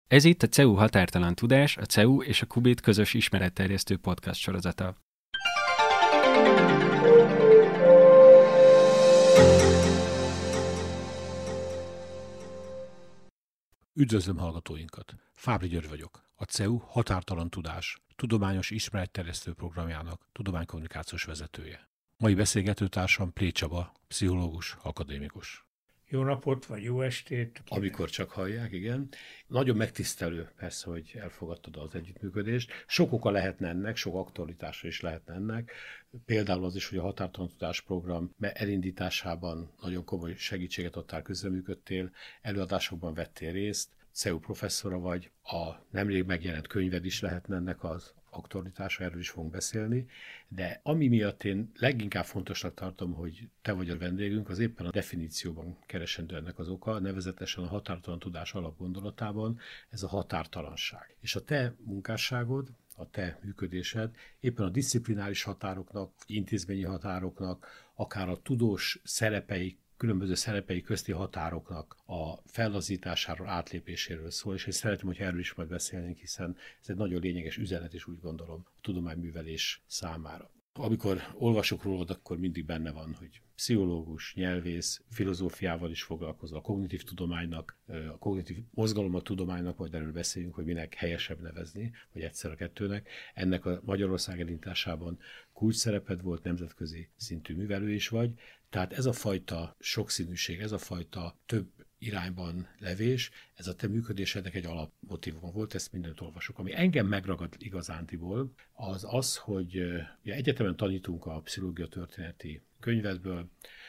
Ez itt a CEU Határtalan Tudás, a CEU és a Kubit közös ismeretterjesztő podcast sorozata. Üdvözlöm hallgatóinkat! Fábri György vagyok, a CEU Határtalan Tudás tudományos ismeretterjesztő programjának tudománykommunikációs vezetője. Mai beszélgetőtársam Plé Csaba, pszichológus, akadémikus. Jó napot, vagy jó estét. Amikor csak hallják, igen. Nagyon megtisztelő persze, hogy elfogadtad az együttműködést. Sok oka lehetne ennek, sok aktualitása is lehetne ennek. Például az is, hogy a Határtalan Tudás program elindításában nagyon komoly segítséget adtál, közreműködtél, előadásokban vettél részt, CEU professzora vagy, a nemrég megjelent könyved is lehetne ennek az aktualitása, erről is fogunk beszélni, de ami miatt én leginkább fontosnak tartom, hogy te vagy a vendégünk, az éppen a definícióban keresendő ennek az oka, nevezetesen a határtalan tudás alapgondolatában ez a határtalanság. És a te munkásságod, a te működésed éppen a diszciplináris határoknak, intézményi határoknak, akár a tudós szerepei, különböző szerepei közti határoknak a fellazításáról, átlépéséről szól, és én szeretném, hogy erről is majd beszélnénk, hiszen ez egy nagyon lényeges üzenet is, úgy gondolom, a tudományművelés számára. Amikor olvasok rólad, akkor mindig benne van, hogy pszichológus, nyelvész, filozófiával is foglalkozol, a kognitív tudománynak, a kognitív mozgalomnak tudománynak, majd erről beszéljünk, hogy minek helyesebb nevezni, vagy egyszer a kettőnek. Ennek a Magyarország elindításában kulcs szereped volt, nemzetközi szintű művelő is vagy. Tehát ez a fajta sokszínűség, ez a fajta több irányban levés, ez a te működésednek egy alapmotívuma volt, ezt mindent olvasok. Ami engem megragad igazándiból, az az, hogy ugye egyetemen tanítunk a pszichológia történeti könyvedből,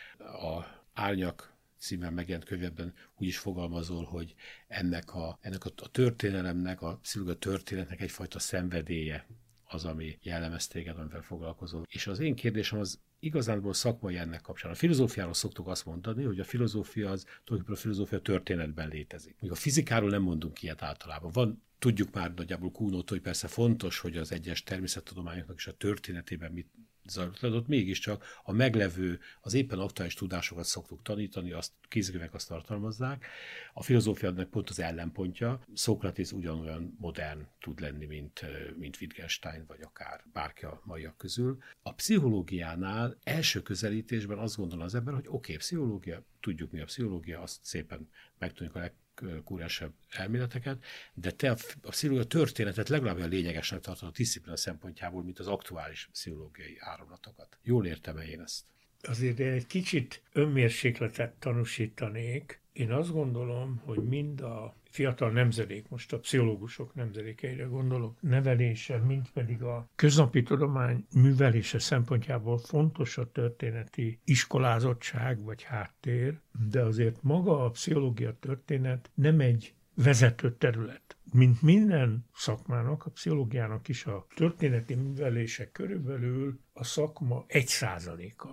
a Árnyak címmel megjelent könyvben úgy is fogalmazol, hogy ennek a történelemnek, a pszichológia történetnek egyfajta szenvedélye az, ami jellemez téged, amivel foglalkozol. És az én kérdésem az igazánból szakmai ennek kapcsán. A filozófiáról szoktuk azt mondani, hogy a filozófia az tulajdonképpen a filozófia történetben létezik. Még a fizikáról nem mondunk ilyet általában. Tudjuk már nagyjából Kuhnótól, hogy persze fontos, hogy az egyes természettudományoknak is a történetében mit zajlott, mégiscsak a meglevő, az éppen aktuális tudásokat szoktuk tanítani, azt kézkönyvek azt tartalmazzák. A filozófiának pont az ellenpontja. Szókratész ugyanolyan modern tud lenni, mint Wittgenstein, vagy akár bárki a maiak közül. A pszichológiánál első közelítésben azt gondolom az ember, hogy oké, pszichológia, tudjuk mi a pszichológia, azt szépen megtudjuk a legkúrensebb elméleteket, de te a pszichológia történetet legalább olyan lényegesnek tartod a diszciplina szempontjából, mint az aktuális pszichológiai áramlatokat. Jól értem-e én ezt? Azért én egy kicsit önmérsékletet tanúsítanék. Én azt gondolom, hogy mind a fiatal nemzedék, most a pszichológusok nemzedékeire gondolok, nevelése, mind pedig a köznapi tudomány művelése szempontjából fontos a történeti iskolázottság vagy háttér, de azért maga a pszichológia történet nem egy vezető terület. Mint minden szakmának, a pszichológiának is a történeti művelése körülbelül a szakma 1%-a.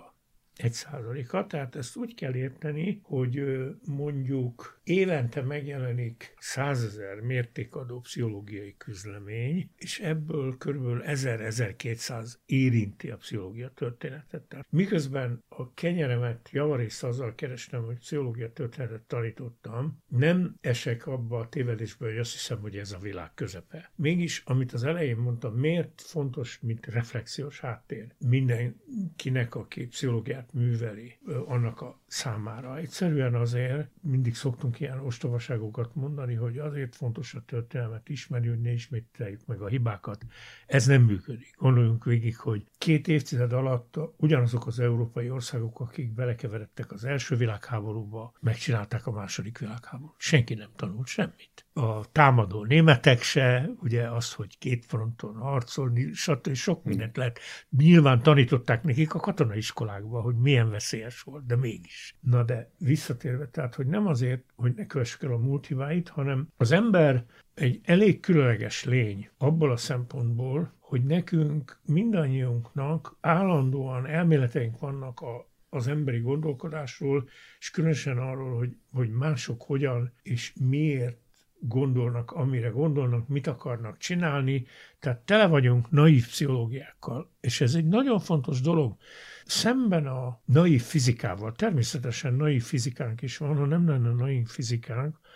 1%-a, tehát ezt úgy kell érteni, hogy mondjuk évente megjelenik 100 000 mértékadó pszichológiai közlemény, és ebből kb. 1000-1200 érinti a pszichológia történetet. Tehát miközben a kenyeremet javarészt azzal kerestem, hogy pszichológia történetet tanítottam, nem esek abba a tévedésbe, hogy azt hiszem, hogy ez a világ közepe. Mégis, amit az elején mondtam, miért fontos, mint reflexiós háttér mindenkinek, aki pszichológiát műveli, annak a számára. Egyszerűen azért mindig szoktunk ilyen ostobaságokat mondani, hogy azért fontos a történelmet ismerni, hogy ne ismételjük meg a hibákat. Ez nem működik. Gondoljunk végig, hogy 2 évtized alatt ugyanazok az európai országok, akik belekeveredtek az első világháborúba, megcsinálták a második világháborút. Senki nem tanult semmit. A támadó németek se, ugye az, hogy 2 fronton harcolni, stb. Sok mindent lehet. Nyilván tanították nekik a katonai iskolákban, hogy milyen veszélyes volt, de mégis. Na de visszatérve, tehát, hogy nem azért, hogy ne kövessük el a múlt hibáit, hanem az ember egy elég különleges lény abból a szempontból, hogy nekünk mindannyiunknak állandóan elméleteink vannak az emberi gondolkodásról, és különösen arról, hogy mások hogyan és miért gondolnak, amire gondolnak, mit akarnak csinálni. Tehát tele vagyunk naív pszichológiákkal, és ez egy nagyon fontos dolog. Szemben a naív fizikával, természetesen naív fizikánk is van, ha nem lenne naív fizikánk,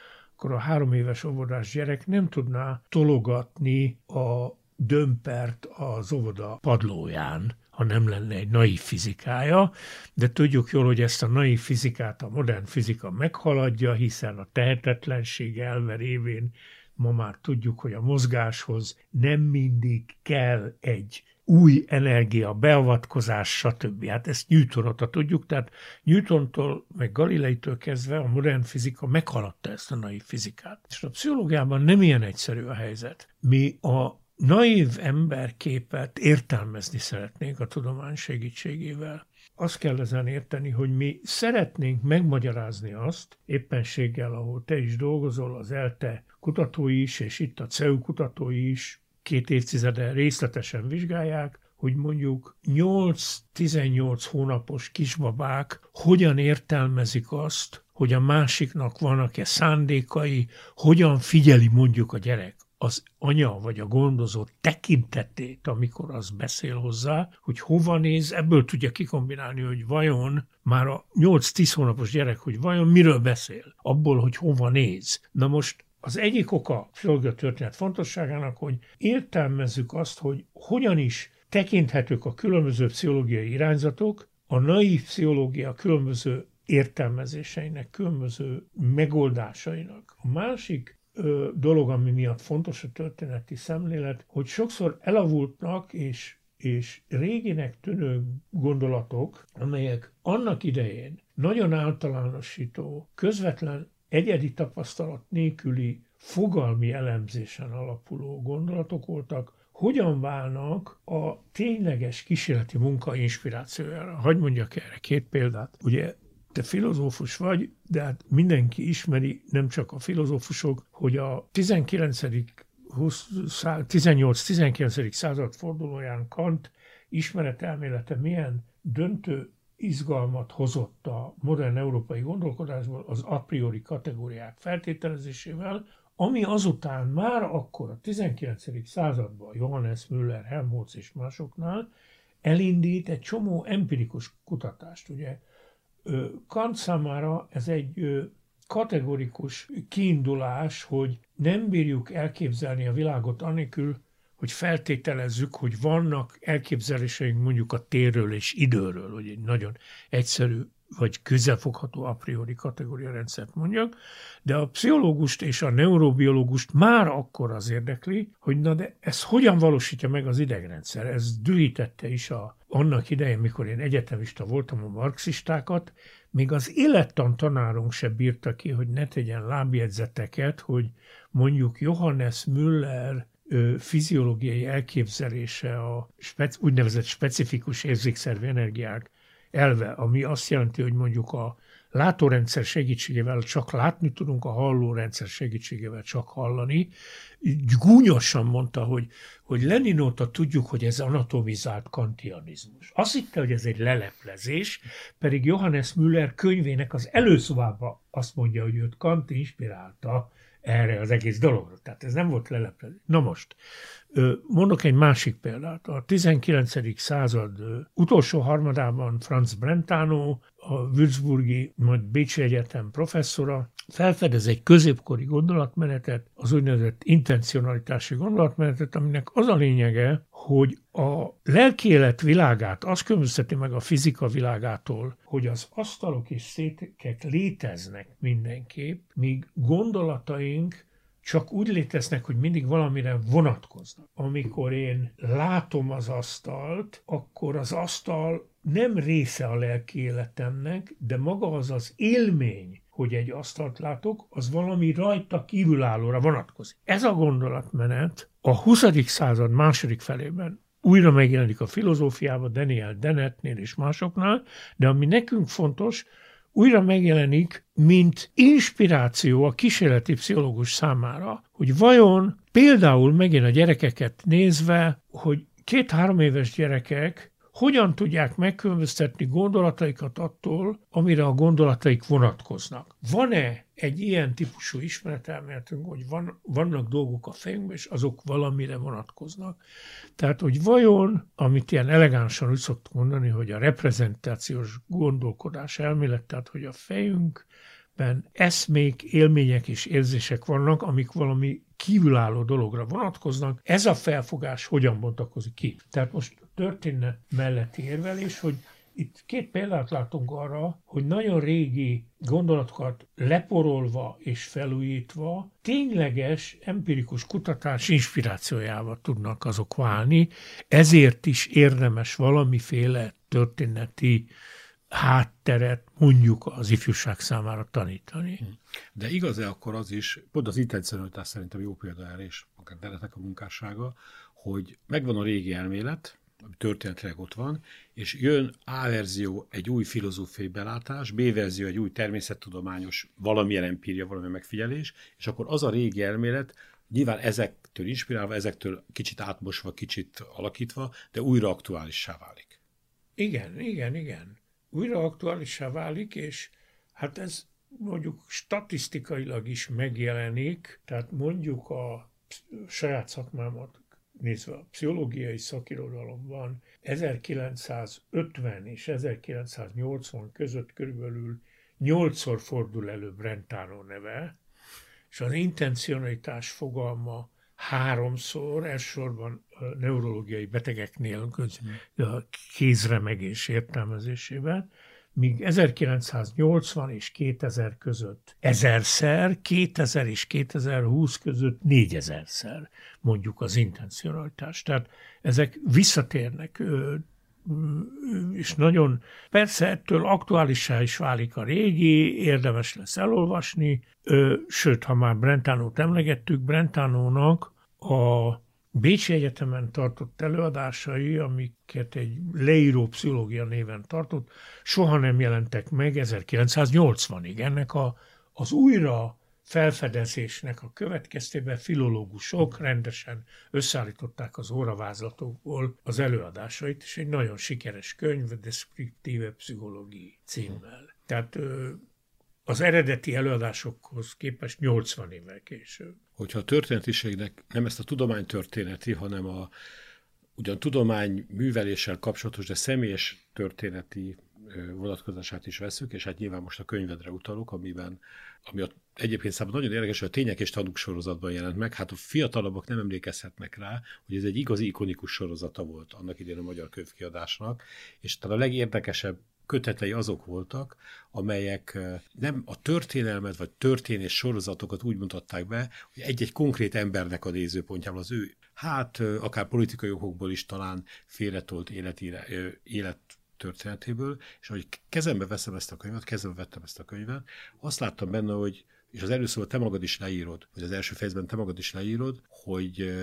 akkor a 3 éves óvodás gyerek nem tudná tologatni a dömpert az óvoda padlóján, ha nem lenne egy naív fizikája, de tudjuk jól, hogy ezt a naív fizikát a modern fizika meghaladja, hiszen a tehetetlenség elve révén ma már tudjuk, hogy a mozgáshoz nem mindig kell egy új energia, beavatkozás, stb. Hát ezt Newton óta tudjuk, tehát Newtontól, meg Galileitől kezdve a modern fizika meghaladta ezt a naív fizikát. És a pszichológiában nem ilyen egyszerű a helyzet. Mi a naív emberképet értelmezni szeretnénk a tudomány segítségével. Azt kell ezen érteni, hogy mi szeretnénk megmagyarázni azt, éppenséggel, ahol te is dolgozol, az ELTE kutatói is, és itt a CEU kutatói is 2 évtizede részletesen vizsgálják, hogy mondjuk 8-18 hónapos kisbabák hogyan értelmezik azt, hogy a másiknak vannak-e szándékai, hogyan figyeli mondjuk a gyerek az anya vagy a gondozó tekintetét, amikor az beszél hozzá, hogy hova néz, ebből tudja kikombinálni, hogy vajon már a 8-10 hónapos gyerek, hogy vajon miről beszél, abból, hogy hova néz. Na most az egyik oka pszichológia történet fontosságának, hogy értelmezzük azt, hogy hogyan is tekinthetők a különböző pszichológiai irányzatok, a naív pszichológia különböző értelmezéseinek, különböző megoldásainak. A másik dolog, ami miatt fontos a történeti szemlélet, hogy sokszor elavultnak és réginek tűnő gondolatok, amelyek annak idején nagyon általánosító, közvetlen egyedi tapasztalat nélküli fogalmi elemzésen alapuló gondolatok voltak, hogyan válnak a tényleges kísérleti munka inspirációjára. Hadd mondjak erre 2 példát. Ugye te filozófus vagy, de hát mindenki ismeri, nem csak a filozófusok, hogy a 18-19. Század fordulóján Kant ismeretelmélete milyen döntő izgalmat hozott a modern európai gondolkodásból az a priori kategóriák feltételezésével, ami azután már akkor a 19. században Johannes Müller, Helmholtz és másoknál elindít egy csomó empirikus kutatást. Ugye Kant számára ez egy kategorikus kiindulás, hogy nem bírjuk elképzelni a világot anélkül, hogy feltételezzük, hogy vannak elképzeléseink mondjuk a térről és időről, hogy egy nagyon egyszerű vagy közelfogható a priori kategóriarendszert mondjak, de a pszichológust és a neurobiológust már akkor az érdekli, hogy na de ez hogyan valósítja meg az idegrendszer. Ez dühítette is annak idején, mikor én egyetemista voltam, a marxistákat, még az élettan tanárunk se bírta ki, hogy ne tegyen lábjegyzeteket, hogy mondjuk Johannes Müller fiziológiai elképzelése a úgynevezett specifikus érzékszervi energiák elve, ami azt jelenti, hogy mondjuk a látórendszer segítségével csak látni tudunk, a hallórendszer segítségével csak hallani. Gúnyosan mondta, hogy Lenin óta tudjuk, hogy ez anatomizált kantianizmus. Azt hitte, hogy ez egy leleplezés, pedig Johannes Müller könyvének az előszobában azt mondja, hogy őt Kant inspirálta erre az egész dologra. Tehát ez nem volt leleplezés. Na most, mondok egy másik példát. A 19. század utolsó harmadában Franz Brentano, a Würzburgi, majd Bécsi Egyetem professzora felfedez egy középkori gondolatmenetet, az úgynevezett intencionalitási gondolatmenetet, aminek az a lényege, hogy a lelkiélet világát azt különbözteti meg a fizika világától, hogy az asztalok és székek léteznek mindenképp, míg gondolataink csak úgy léteznek, hogy mindig valamire vonatkoznak. Amikor én látom az asztalt, akkor az asztal nem része a lelki életemnek, de maga az az élmény, hogy egy asztalt látok, az valami rajta kívülállóra vonatkozik. Ez a gondolatmenet a 20. század második felében újra megjelenik a filozófiában, Daniel Dennettnél és másoknál, de ami nekünk fontos, újra megjelenik, mint inspiráció a kísérleti pszichológus számára, hogy vajon például megint a gyerekeket nézve, hogy 2-3 éves gyerekek hogyan tudják megkülönböztetni gondolataikat attól, amire a gondolataik vonatkoznak. Van-e egy ilyen típusú ismeretelméletünk, hogy vannak dolgok a fejünkben, és azok valamire vonatkoznak? Tehát, hogy vajon, amit ilyen elegánsan úgy szoktuk mondani, hogy a reprezentációs gondolkodás elmélet, tehát, hogy a fejünk emberben eszmék, élmények és érzések vannak, amik valami kívülálló dologra vonatkoznak. Ez a felfogás hogyan bontakozik ki? Tehát most történne melletti érvelés, hogy itt két példát látunk arra, hogy nagyon régi gondolatokat leporolva és felújítva tényleges empirikus kutatás inspirációjával tudnak azok válni, ezért is érdemes valamiféle történeti hátteret mondjuk az ifjúság számára tanítani. De igaz-e akkor az is, pont az intencionalitás szerintem jó példa erre, és akár Deretnek a munkássága, hogy megvan a régi elmélet, ami történetileg ott van, és jön A verzió egy új filozófiai belátás, B verzió egy új természettudományos valamilyen empíria, valamilyen megfigyelés, és akkor az a régi elmélet nyilván ezektől inspirálva, ezektől kicsit átmosva, kicsit alakítva, de újra aktuálissá válik. Igen. Újra aktuálissá válik, és hát ez mondjuk statisztikailag is megjelenik, tehát mondjuk a saját szakmámat nézve a pszichológiai szakirodalomban 1950 és 1980 között körülbelül 8-szor fordul elő Brentano neve, és az intencionalitás fogalma 3-szor, elsősorban a neurológiai betegeknél a kézremegés értelmezésében, míg 1980 és 2000 között 1000-szer, 2000 és 2020 között 4000-szer mondjuk az intencionalitás. Tehát ezek visszatérnek, és nagyon, persze ettől aktuálissá is válik a régi, érdemes lesz elolvasni, sőt, ha már Brentanót emlegettük, Brentanónak a Bécsi Egyetemen tartott előadásai, amiket egy leíró pszichológia néven tartott, soha nem jelentek meg 1980-ig. Ennek az újra felfedezésnek a következtében filológusok rendesen összeállították az óravázlatokból az előadásait, és egy nagyon sikeres könyv, Descriptive Psychology címmel. Tehát az eredeti előadásokhoz képest 80 évvel később. Hogyha a történetiségnek nem ezt a tudománytörténeti, hanem ugyan tudomány műveléssel kapcsolatos, de személyes történeti vonatkozását is veszük, és hát nyilván most a könyvedre utalok, ami egyébként számomra nagyon érdekes, hogy a Tények és tanúk sorozatban jelent meg. Hát a fiatalabbak nem emlékezhetnek rá, hogy ez egy igazi ikonikus sorozata volt annak idején a magyar könyvkiadásnak, és talán a legérdekesebb kötetei azok voltak, amelyek nem a történelmet vagy történés sorozatokat úgy mutatták be, hogy egy-egy konkrét embernek a nézőpontjából az ő, akár politikai okokból is talán félretolt élet történetéből, és ahogy kezembe vettem ezt a könyvet, azt láttam benne, hogy, és az előszóban te magad is leírod, vagy az első fejezben te magad is leírod, hogy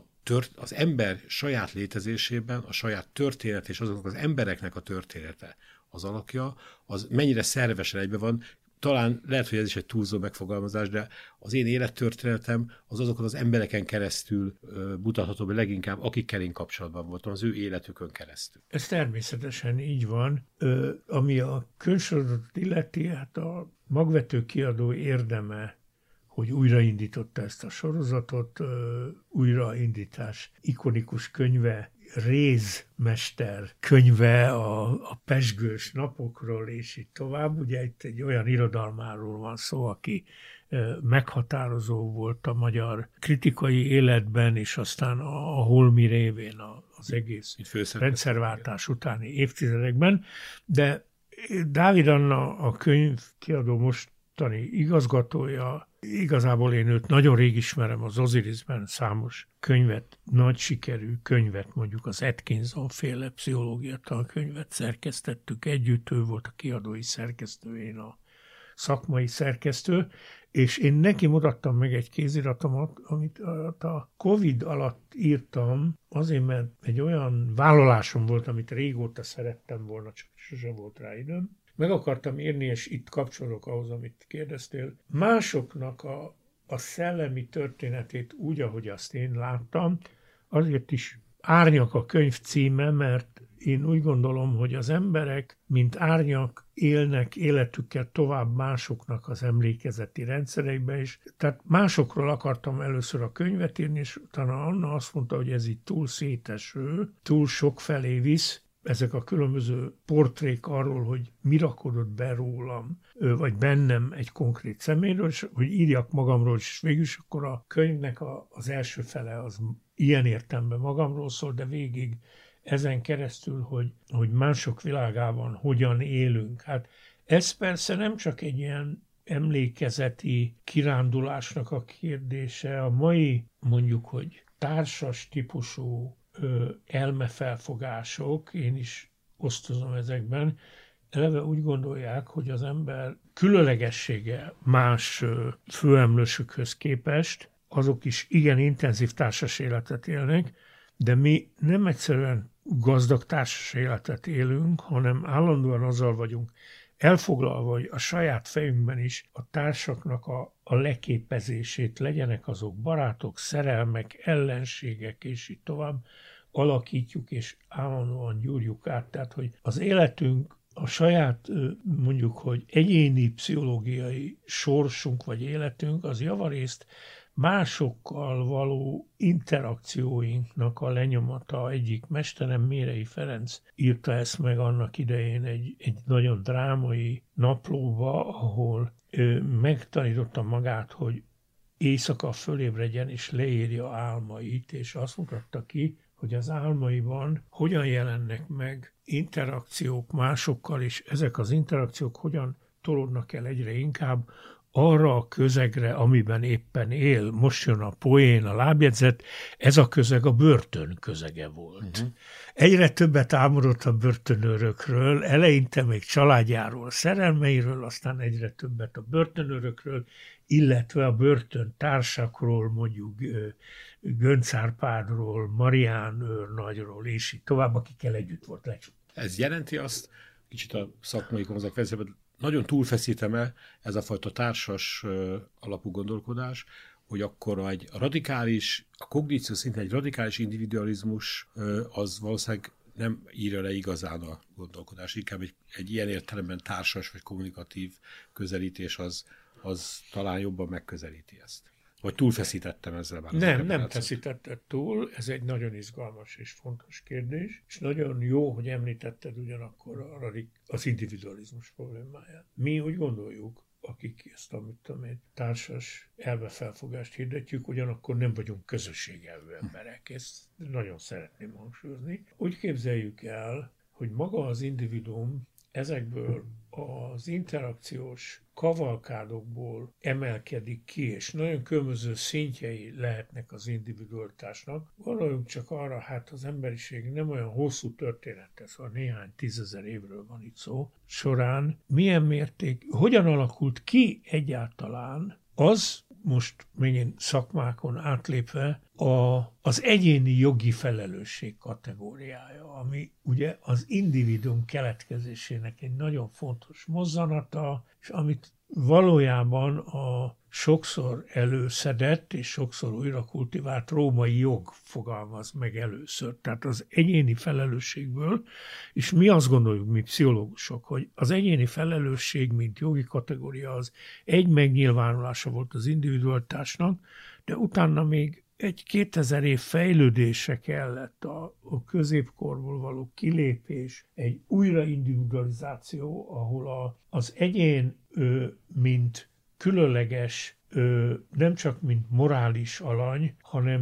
az ember saját létezésében, a saját történet és azoknak az embereknek a története, az alakja, az mennyire szervesen egyben van. Talán lehet, hogy ez is egy túlzó megfogalmazás, de az én élettörténetem az azokon az embereken keresztül mutatható be leginkább, akikkel én kapcsolatban voltam, az ő életükön keresztül. Ez természetesen így van. Ami a könyvsorozatot illeti, hát a magvető kiadó érdeme, hogy újraindította ezt a sorozatot, újraindítás ikonikus könyve, Rézmester könyve a pezsgős napokról, és így tovább. Ugye itt egy olyan irodalmáról van szó, aki meghatározó volt a magyar kritikai életben, és aztán a holmi révén az egész rendszerváltás utáni évtizedekben. De Dávid Anna, a könyvkiadó mostani igazgatója, igazából én őt nagyon rég ismerem, az Osirisben számos könyvet, nagy sikerű könyvet, mondjuk az Atkinson féle pszichológia tankönyvet szerkesztettük együtt, ő volt a kiadói szerkesztő, én a szakmai szerkesztő, és én neki mutattam meg egy kéziratomat, amit a Covid alatt írtam, azért, mert egy olyan vállalásom volt, amit régóta szerettem volna, csak sose volt rá időm. Meg akartam írni, és itt kapcsolok ahhoz, amit kérdeztél, másoknak a szellemi történetét úgy, ahogy azt én láttam, azért is Árnyak a könyv címe, mert én úgy gondolom, hogy az emberek, mint árnyak, élnek életükkel tovább másoknak az emlékezeti rendszereibe is. Tehát másokról akartam először a könyvet írni, és utána Anna azt mondta, hogy ez így túl széteső, túl sok felé visz, ezek a különböző portrék arról, hogy mi rakodott be rólam, vagy bennem egy konkrét személyről, és hogy írjak magamról, és végül is akkor a könyvnek az első fele az ilyen értelemben magamról szól, de végig ezen keresztül, hogy mások világában hogyan élünk. Hát ez persze nem csak egy ilyen emlékezeti kirándulásnak a kérdése, a mai mondjuk, hogy társas típusú elmefelfogások, én is osztozom ezekben, eleve úgy gondolják, hogy az ember különlegessége más főemlősökhöz képest, azok is igen intenzív társas életet élnek, de mi nem egyszerűen gazdag társas életet élünk, hanem állandóan azzal vagyunk elfoglalva, hogy a saját fejünkben is a társaknak a leképezését, legyenek azok barátok, szerelmek, ellenségek, és így tovább, alakítjuk és állandóan gyúrjuk át. Tehát, hogy az életünk, a saját mondjuk, hogy egyéni pszichológiai sorsunk vagy életünk, az javarészt másokkal való interakcióinknak a lenyomata. Egyik mesterem, Mérei Ferenc írta ezt meg annak idején egy nagyon drámai naplóba, ahol megtanította magát, hogy éjszaka fölébredjen és leírja álmait, és azt mutatta ki, hogy az álmaiban hogyan jelennek meg interakciók másokkal, és ezek az interakciók hogyan tolódnak el egyre inkább arra a közegre, amiben éppen él. Most jön a poén, a lábjegyzet, ez a közeg a börtön közege volt. Egyre többet álmodott a börtönőrökről, eleinte még családjáról, szerelmeiről, aztán egyre többet a börtönőrökről, illetve a börtön társakról, mondjuk Göncz Árpádról, Marián őrnagyról, és így tovább, akikkel együtt volt lecsútt. Ez jelenti azt, kicsit a szakmai konzekvenciában, nagyon túlfeszítem-e ez a fajta társas alapú gondolkodás, hogy akkor egy radikális, a kogníció szintén egy radikális individualizmus az valószínűleg nem írja le igazán a gondolkodás, inkább egy ilyen értelemben társas vagy kommunikatív közelítés az talán jobban megközelíti ezt. Vagy túlfeszítettem ezzel már. Nem feszítetted túl, ez egy nagyon izgalmas és fontos kérdés, és nagyon jó, hogy említetted ugyanakkor az individualizmus problémáját. Mi úgy gondoljuk, akik ezt a társas elmefelfogást hirdetjük, ugyanakkor nem vagyunk közösségelvű emberek. Ezt nagyon szeretném hangsúlyozni. Úgy képzeljük el, hogy maga az individuum ezekből az interakciós kavalkádokból emelkedik ki, és nagyon különböző szintjei lehetnek az individualitásnak. Gondoljunk csak arra, hát az emberiség nem olyan hosszú történet, szóval néhány tízezer évről van itt szó, során milyen mérték, hogyan alakult ki egyáltalán az, most megint szakmákon átlépve, az egyéni jogi felelősség kategóriája, ami ugye az individuum keletkezésének egy nagyon fontos mozzanata, és amit valójában a sokszor előszedett és sokszor újra kultivált római jog fogalmaz meg először. Tehát az egyéni felelősségből, és mi azt gondoljuk, mi pszichológusok, hogy az egyéni felelősség, mint jogi kategória, az egy megnyilvánulása volt az individualitásnak, de utána még egy 2000 év fejlődése kellett a középkorból való kilépés, egy újraindividualizáció, ahol az egyén mint különleges, nem csak mint morális alany, hanem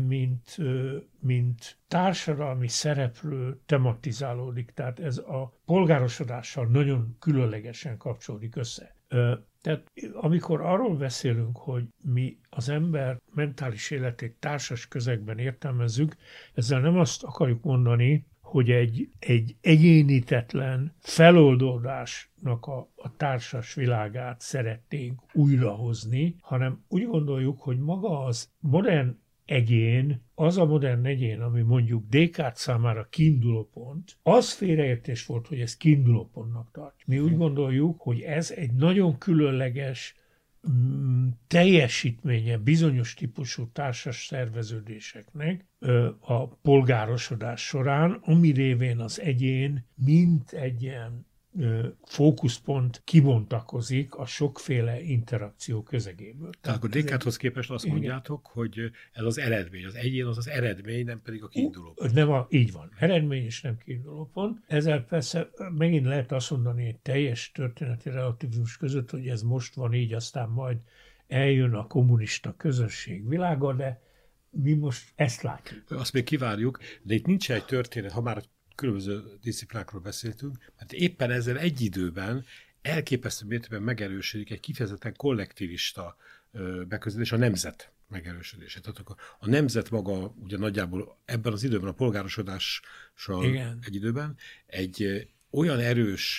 mint társadalmi szereplő tematizálódik. Tehát ez a polgárosodással nagyon különlegesen kapcsolódik össze. Tehát amikor arról beszélünk, hogy mi az ember mentális életét társas közegben értelmezzük, ezzel nem azt akarjuk mondani, hogy egy egyénítetlen feloldódásnak a társas világát szeretnénk újrahozni, hanem úgy gondoljuk, hogy maga az modern egyén, az a modern egyén, ami mondjuk Descartes számára kiindulópont, az félreértés volt, hogy ez kiindulópontnak tartja. Mi úgy gondoljuk, hogy ez egy nagyon különleges teljesítménye bizonyos típusú társas szerveződéseknek a polgárosodás során, ami révén az egyén, mint egy ilyen fókuszpont kibontakozik a sokféle interakció közegéből. Tehát akkor Descarteshoz képest azt mondjátok, hogy ez az eredmény, az egyén az eredmény, nem pedig a kiinduló pont. Így van, eredmény és nem kiinduló pont. Ezzel persze megint lehet azt mondani egy teljes történeti relativizmus között, hogy ez most van így, aztán majd eljön a kommunista közösség világa, de mi most ezt látjuk. Azt még kivárjuk, de itt nincs egy történet, ha már különböző diszciplinákról beszéltünk, mert éppen ezzel egy időben elképesztő mértékben megerősödik egy kifejezetten kollektivista beközelítés, a nemzet megerősödése. Tehát a nemzet maga ugye nagyjából ebben az időben a polgárosodással egy időben egy olyan erős,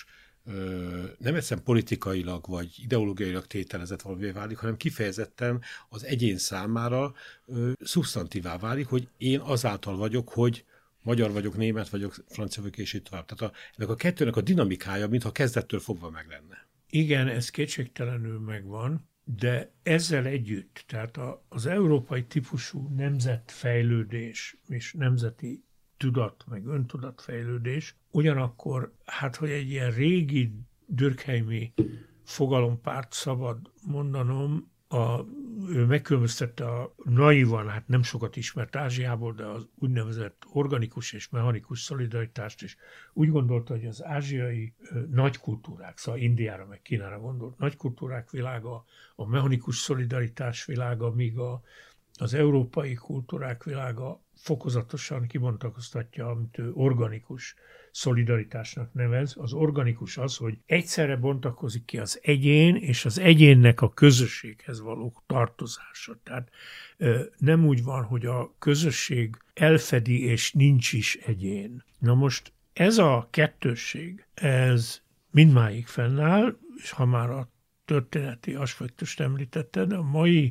nem egyszerűen politikailag vagy ideológiailag tételezett valamivé válik, hanem kifejezetten az egyén számára szubsztantívá válik, hogy én azáltal vagyok, hogy magyar vagyok, német vagyok, francia vagyok, és így tovább. Tehát ennek a kettőnek a dinamikája, mintha kezdettől fogva meg lenne. Igen, ez kétségtelenül megvan, de ezzel együtt, tehát az európai típusú nemzetfejlődés és nemzeti tudat, meg öntudatfejlődés, ugyanakkor, hát hogy egy ilyen régi Durkheimi fogalompárt szabad mondanom, ő megkülönböztette a naivan, hát nem sokat ismert Ázsiából, de az úgynevezett organikus és mechanikus szolidaritást, és úgy gondolta, hogy az ázsiai nagykultúrák, szóval Indiára meg Kínára gondolt, nagykultúrák világa, a mechanikus szolidaritás világa, míg az európai kultúrák világa fokozatosan kibontakoztatja, amit ő organikus szolidaritásnak nevez. Az organikus az, hogy egyszerre bontakozik ki az egyén, és az egyénnek a közösséghez való tartozása. Tehát nem úgy van, hogy a közösség elfedi, és nincs is egyén. Na most ez a kettősség, ez mindmáig fennáll, és ha már a történeti aspektust említetted, a mai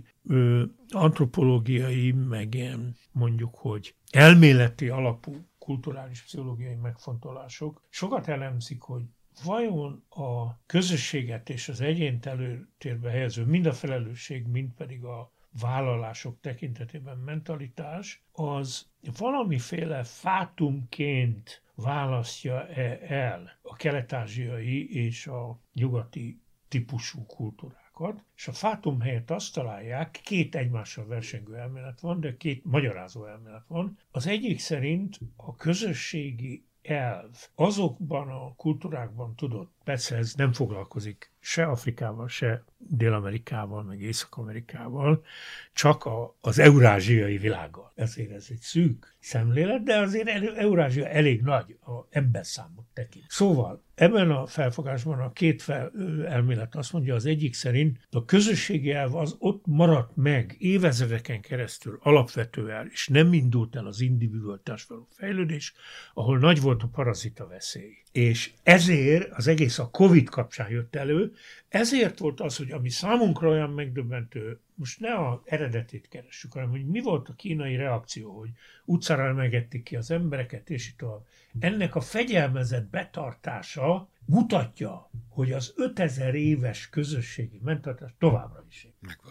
antropológiai, meg ilyen mondjuk, hogy elméleti alapú kulturális pszichológiai megfontolások sokat elemzik, hogy vajon a közösséget és az egyént előtérbe helyező mind a felelősség, mind pedig a vállalások tekintetében mentalitás, az valamiféle fátumként választja el a kelet-ázsiai és a nyugati típusú kultúrákat, és a fátum helyett azt találják, két egymással versengő elmélet van, de két magyarázó elmélet van. Az egyik szerint a közösségi elv azokban a kultúrákban tudott, persze ez nem foglalkozik se Afrikával, se Dél-Amerikával, meg Észak-Amerikával, csak az eurázsiai világgal. Ezért ez egy szűk szemlélet, de azért Eurázsia elég nagy a emberszámot tekint. Szóval ebben a felfogásban a két elmélet azt mondja, az egyik szerint a közösségi elv az ott maradt meg évezredeken keresztül alapvetően, és nem indult el az individualitás való fejlődés, ahol nagy volt a parazita veszély. És ezért az egész a Covid kapcsán jött elő, ezért volt az, hogy ami számunkra olyan megdöbbentő, most ne az eredetét keressük, hanem hogy mi volt a kínai reakció, hogy utcára emelgették ki az embereket, és itt ennek a fegyelmezett betartása mutatja, hogy az 5000 éves közösségi mentalitás továbbra is.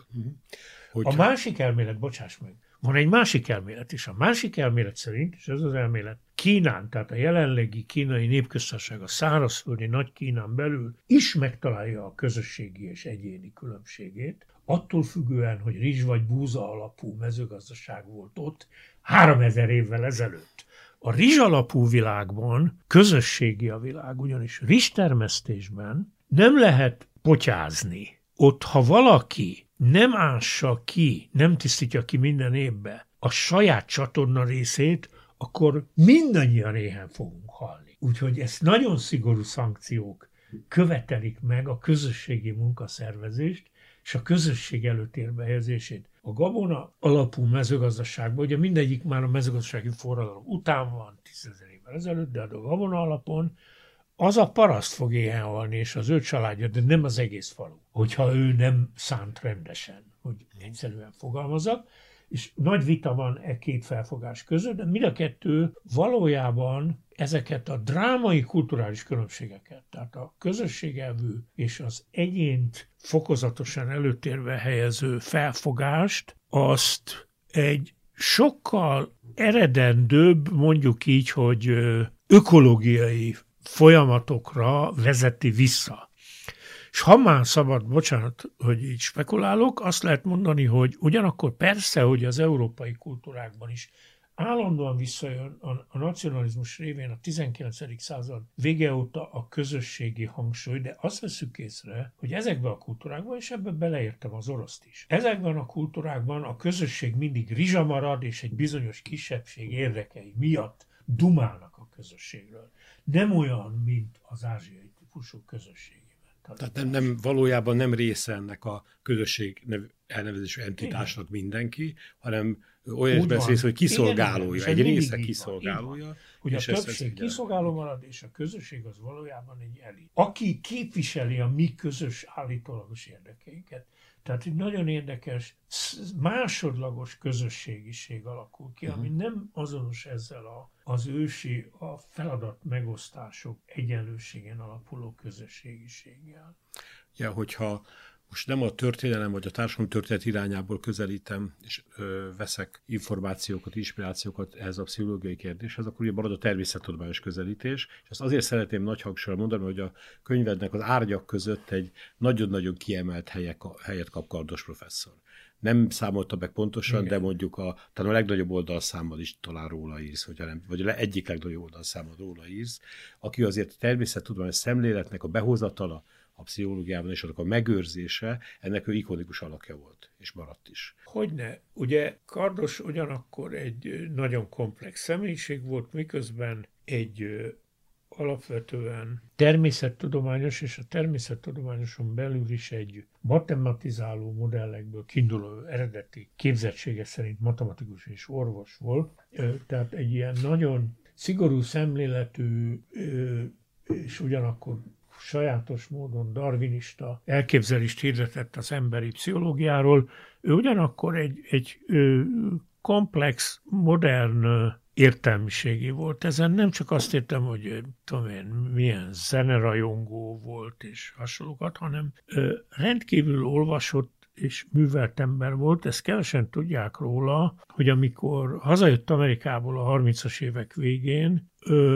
A másik elmélet, bocsáss meg, van egy másik elmélet, és a másik elmélet szerint, és ez az elmélet Kínán, tehát a jelenlegi kínai népköztársaság, a szárazföldi Nagy-Kínán belül is megtalálja a közösségi és egyéni különbségét, attól függően, hogy rizs vagy búza alapú mezőgazdaság volt ott 3000 évvel ezelőtt. A rizs alapú világban közösségi a világ, ugyanis rizstermesztésben nem lehet potyázni. Ott, ha valaki nem ássa ki, nem tisztítja ki minden évbe a saját csatorna részét, akkor mindannyian éhen fogunk halni. Úgyhogy ezt nagyon szigorú szankciók követelik meg a közösségi munkaszervezést és a közösség előtérbe helyezését. A gabona alapú mezőgazdaságban, ugye mindegyik már a mezőgazdasági forradalom után van, 10 000 évvel ezelőtt, de a gabona alapon az a paraszt fog éhen halni, és az ő családja, de nem az egész falu, hogyha ő nem szánt rendesen, hogy egyszerűen fogalmazok. És nagy vita van e két felfogás között, de mind a kettő valójában ezeket a drámai kulturális különbségeket, tehát a közösségelvű és az egyént fokozatosan előtérbe helyező felfogást, azt egy sokkal eredendőbb, mondjuk így, hogy ökológiai folyamatokra vezeti vissza. És ha már szabad, bocsánat, hogy így spekulálok, azt lehet mondani, hogy ugyanakkor persze, hogy az európai kultúrákban is állandóan visszajön a nacionalizmus révén a 19. század vége óta a közösségi hangsúly, de azt veszük észre, hogy ezekben a kultúrákban, és ebben beleértem az oroszt is, ezekben a kultúrákban a közösség mindig rizsa marad, és egy bizonyos kisebbség érdekei miatt dumálnak a közösségről. Nem olyan, mint az ázsiai típusú közösség. Tehát nem, valójában nem része ennek a közösség elnevezésű entitásnak mindenki, hanem olyan beszélsz, hogy kiszolgálója, igen, egy része kiszolgálója. Hogy a többség kiszolgáló marad, és a közösség az valójában egy elit. Aki képviseli a mi közös állítólagos érdekeinket. Tehát egy nagyon érdekes, másodlagos közösségiség alakul ki, ami nem azonos ezzel az ősi, a feladat megosztások egyenlőségen alapuló közösségiséggel. Ja, hogyha most nem a történelem vagy a társadalomtörténet irányából közelítem, és veszek információkat, inspirációkat ehhez a pszichológiai kérdéshez, akkor ugye marad a természettudományos közelítés, és azt azért szeretném nagy hangsúlyra mondani, hogy a könyvednek az árgyak között egy nagyon-nagyon kiemelt helyet kap Kardos professzor. Nem számolta meg pontosan, igen, de mondjuk talán a legnagyobb oldalszámmal is talán róla írsz, vagy egyik legnagyobb oldalszámmal róla írsz, aki azért a természettudományos szemléletnek a behozatala a pszichológiában és annak a megőrzése, ennek ő ikonikus alakja volt, és maradt is. Hogyne. Ugye Kardos ugyanakkor egy nagyon komplex személyiség volt, miközben egy alapvetően természettudományos, és a természettudományoson belül is egy matematizáló modellekből kiinduló eredeti képzettsége szerint matematikus és orvos volt. Tehát egy ilyen nagyon szigorú szemléletű és ugyanakkor sajátos módon darwinista elképzelést hirdetett az emberi pszichológiáról. Ő ugyanakkor egy komplex, modern értelmiségi volt. Ezen nem csak azt értem, hogy tudom én, milyen zenerajongó volt és hasonlókat, hanem rendkívül olvasott és művelt ember volt. Ezt kevesen tudják róla, hogy amikor hazajött Amerikából a 30-as évek végén,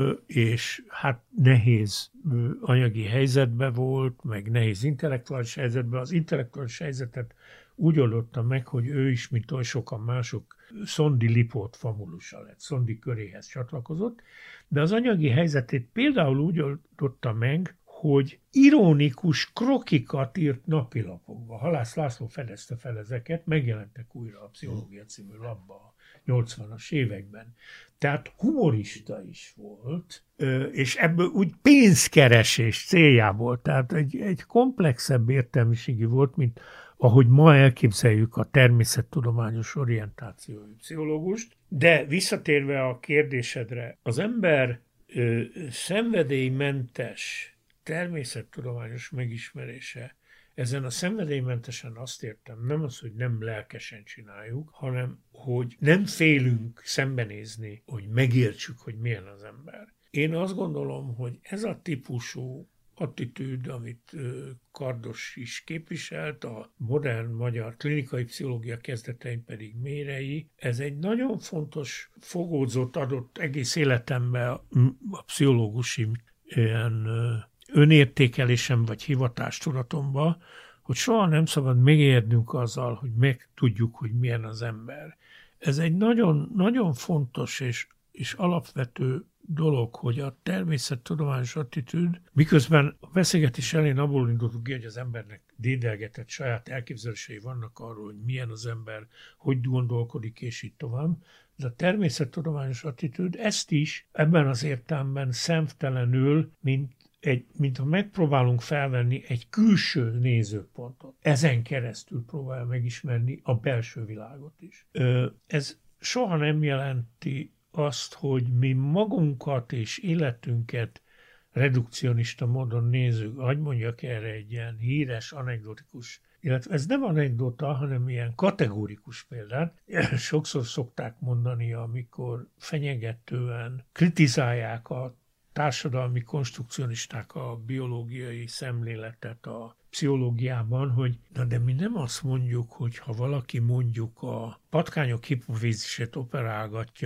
és hát nehéz anyagi helyzetben volt, meg nehéz intellektuális helyzetben, az intellektuális helyzetet úgy oldotta meg, hogy ő is, mint oly sokan mások, Szondi Lipót famulusa lett, Szondi köréhez csatlakozott, de az anyagi helyzetét például úgy oldotta meg, hogy ironikus krokikat írt napilapokba. Halász László fedezte fel ezeket, megjelentek újra a Pszichológia című labba a 80-as években. Tehát humorista is volt, és ebből úgy pénzkeresés céljából, tehát egy komplexebb értelmiségi volt, mint ahogy ma elképzeljük a természettudományos orientációi pszichológust. De visszatérve a kérdésedre, az ember szenvedélymentes természettudományos megismerése, ezen a szenvedélymentesen azt értem, nem az, hogy nem lelkesen csináljuk, hanem hogy nem félünk szembenézni, hogy megértsük, hogy milyen az ember. Én azt gondolom, hogy ez a típusú attitűd, amit Kardos is képviselt, a modern magyar klinikai pszichológia kezdetein pedig Mérei, ez egy nagyon fontos fogódzót adott egész életemben a pszichológusi ilyen önértékelésem vagy hivatástudatomba, hogy soha nem szabad megérnünk azzal, hogy megtudjuk, hogy milyen az ember. Ez egy nagyon, nagyon fontos és alapvető dolog, hogy a természettudományos attitűd, miközben a beszélgetés elején abból indultunk ki, hogy az embernek dédelgetett saját elképzelései vannak arról, hogy milyen az ember, hogy gondolkodik, és így tovább. De a természettudományos attitűd ezt is ebben az értelemben szemtelenül, mint ha megpróbálunk felvenni egy külső nézőpontot. Ezen keresztül próbálja megismerni a belső világot is. Ez soha nem jelenti azt, hogy mi magunkat és életünket redukcionista módon nézzük. Hagy mondjak erre egy ilyen híres, anekdotikus, illetve ez nem anekdota, hanem ilyen kategórikus példát. Sokszor szokták mondani, amikor fenyegetően kritizálják a társadalmi konstrukcionisták a biológiai szemléletet a pszichológiában, hogy de mi nem azt mondjuk, hogy ha valaki mondjuk a patkányok hipofízisét operálgatja,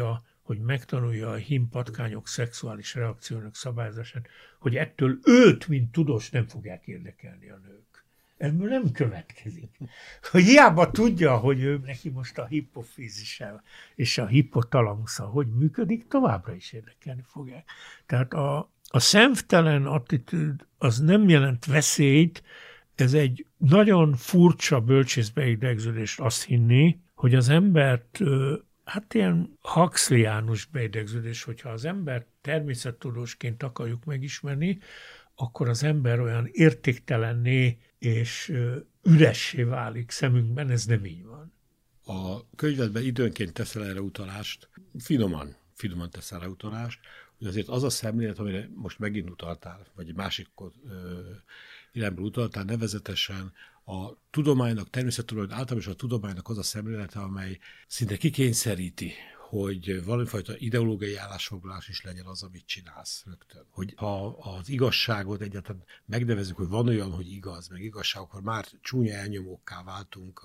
hogy megtanulja a hímpatkányok szexuális reakciónak szabályozását, hogy ettől őt, mint tudós, nem fogják érdekelni a nők. Ebből nem következik. Hogy hiába tudja, hogy ő neki most a hipofízise és a hipotalamusza hogy működik, továbbra is érdekelni fogják. Tehát a szemtelen attitűd az nem jelent veszélyt, ez egy nagyon furcsa bölcsészbeidegződést azt hinni, hogy az embert, hát ilyen Huxleyánus beidegződés, hogyha az embert természettudósként akarjuk megismerni, akkor az ember olyan értéktelenné és üressé válik szemünkben, ez nem így van. A könyvedben időnként teszel erre utalást, finoman teszel erre utalást, hogy azért az a szemlélet, amire most megint utaltál, vagy egy másik irányból utaltál, nevezetesen a tudománynak, természettudomány általában is a tudománynak az a szemlélete, amely szinte kikényszeríti, hogy valamifajta ideológiai állásfoglalás is legyen az, amit csinálsz rögtön. Hogy ha az igazságot egyáltalán megnevezzük, hogy van olyan, hogy igaz, meg igazság, akkor már csúnya elnyomókká váltunk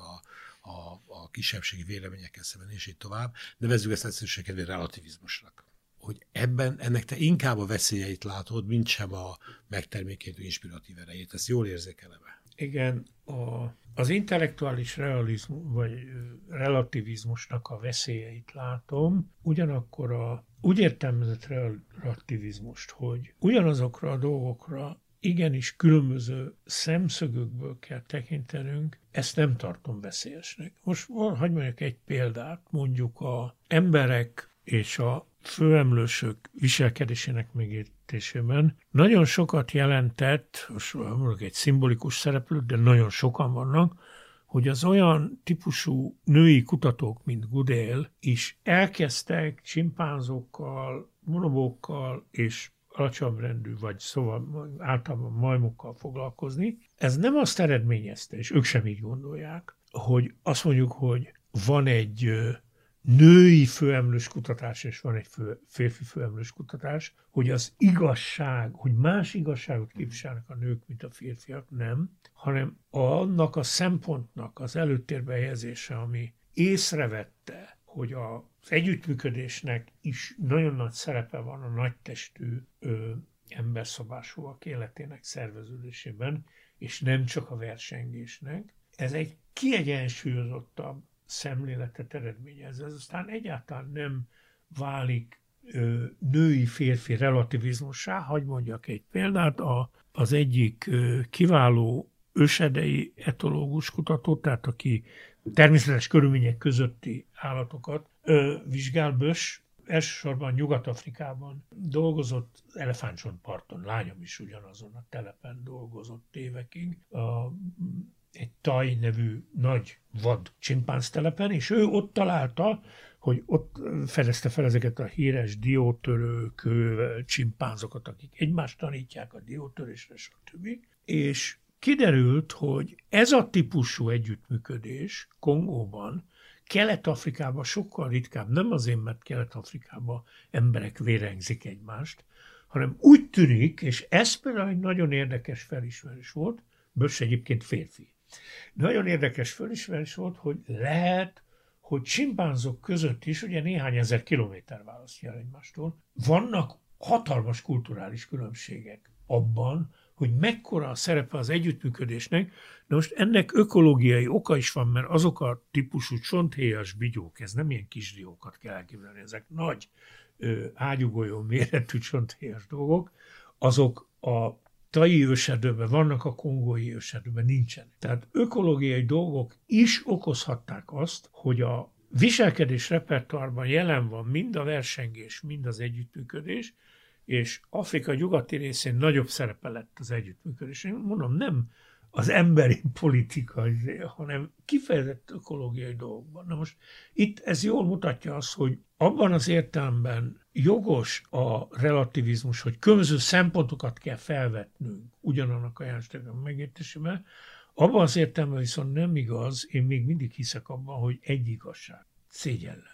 a kisebbségi véleményekkel szemben, és így tovább. Nevezzük ezt egyszerűen relativizmusnak. Hogy ennek te inkább a veszélyeit látod, mint sem a megtermékenyítő inspiratív erejét. Ezt jól érzékelem-e? Igen, az intellektuális realizmus, vagy relativizmusnak a veszélyeit látom, ugyanakkor úgy értelmezett relativizmust, hogy ugyanazokra a dolgokra igenis különböző szemszögökből kell tekintenünk, ezt nem tartom veszélyesnek. Most hagyj mondjak egy példát, mondjuk az emberek és a főemlősök viselkedésének megértésében nagyon sokat jelentett, most mondjuk egy szimbolikus szereplő, de nagyon sokan vannak, hogy az olyan típusú női kutatók, mint Goodale is elkezdtek csimpánzokkal, bonobókkal és alacsonyabb rendű, vagy szóval általában majmokkal foglalkozni. Ez nem azt eredményezte, és ők sem így gondolják, hogy azt mondjuk, hogy van egy női főemlős kutatás, és van egy férfi főemlős kutatás, hogy az igazság, hogy más igazságot képviselnek a nők, mint a férfiak, nem, hanem annak a szempontnak az előtérbe helyezése, ami észrevette, hogy az együttműködésnek is nagyon nagy szerepe van a nagytestű emberszabásúak életének szerveződésében, és nem csak a versengésnek. Ez egy kiegyensúlyozottabb szemléletet eredményez. Ez aztán egyáltalán nem válik női-férfi relativizmussá. Hadd mondjak egy példát. Az egyik kiváló ősedei etológus kutató, tehát aki természetes körülmények közötti állatokat vizsgál, Bösch, elsősorban Nyugat-Afrikában dolgozott, elefántcsontparton, lányom is ugyanazon a telepen dolgozott évekig, egy Tai nevű nagy vad csimpánztelepen, és ő ott találta, hogy ott fedezte fel ezeket a híres diótörő csimpánzokat, akik egymást tanítják a diótörésre, stb. És kiderült, hogy ez a típusú együttműködés Kongóban, Kelet-Afrikában sokkal ritkább, nem azért, mert Kelet-Afrikában emberek vérengzik egymást, hanem úgy tűnik, és ez például egy nagyon érdekes felismerés volt, Bösch egyébként férfi. Nagyon érdekes felismerés volt, hogy lehet, hogy csimpánzok között is, ugye néhány ezer kilométer választja el egymástól, vannak hatalmas kulturális különbségek abban, hogy mekkora a szerepe az együttműködésnek. De most ennek ökológiai oka is van, mert azok a típusú csonthéjas bigyók, ez nem ilyen kis diókat kell elképzelni, ezek nagy ágyúgolyó méretű csonthéjas dolgok, azok a tai ősedőben vannak, a kongói ősedőben nincsenek. Tehát ökológiai dolgok is okozhatták azt, hogy a viselkedés repertoárban jelen van mind a versengés, mind az együttműködés, és Afrika nyugati részén nagyobb szerepe lett az együttműködés. Én mondom, nem az emberi politika, hanem kifejezett ökológiai dolgokban. Na most itt ez jól mutatja azt, hogy abban az értelemben jogos a relativizmus, hogy különböző szempontokat kell felvetnünk ugyanannak a jelenségnek megértésében, abban az értelemben viszont nem igaz, én még mindig hiszek abban, hogy egy igazság. Szégyellem.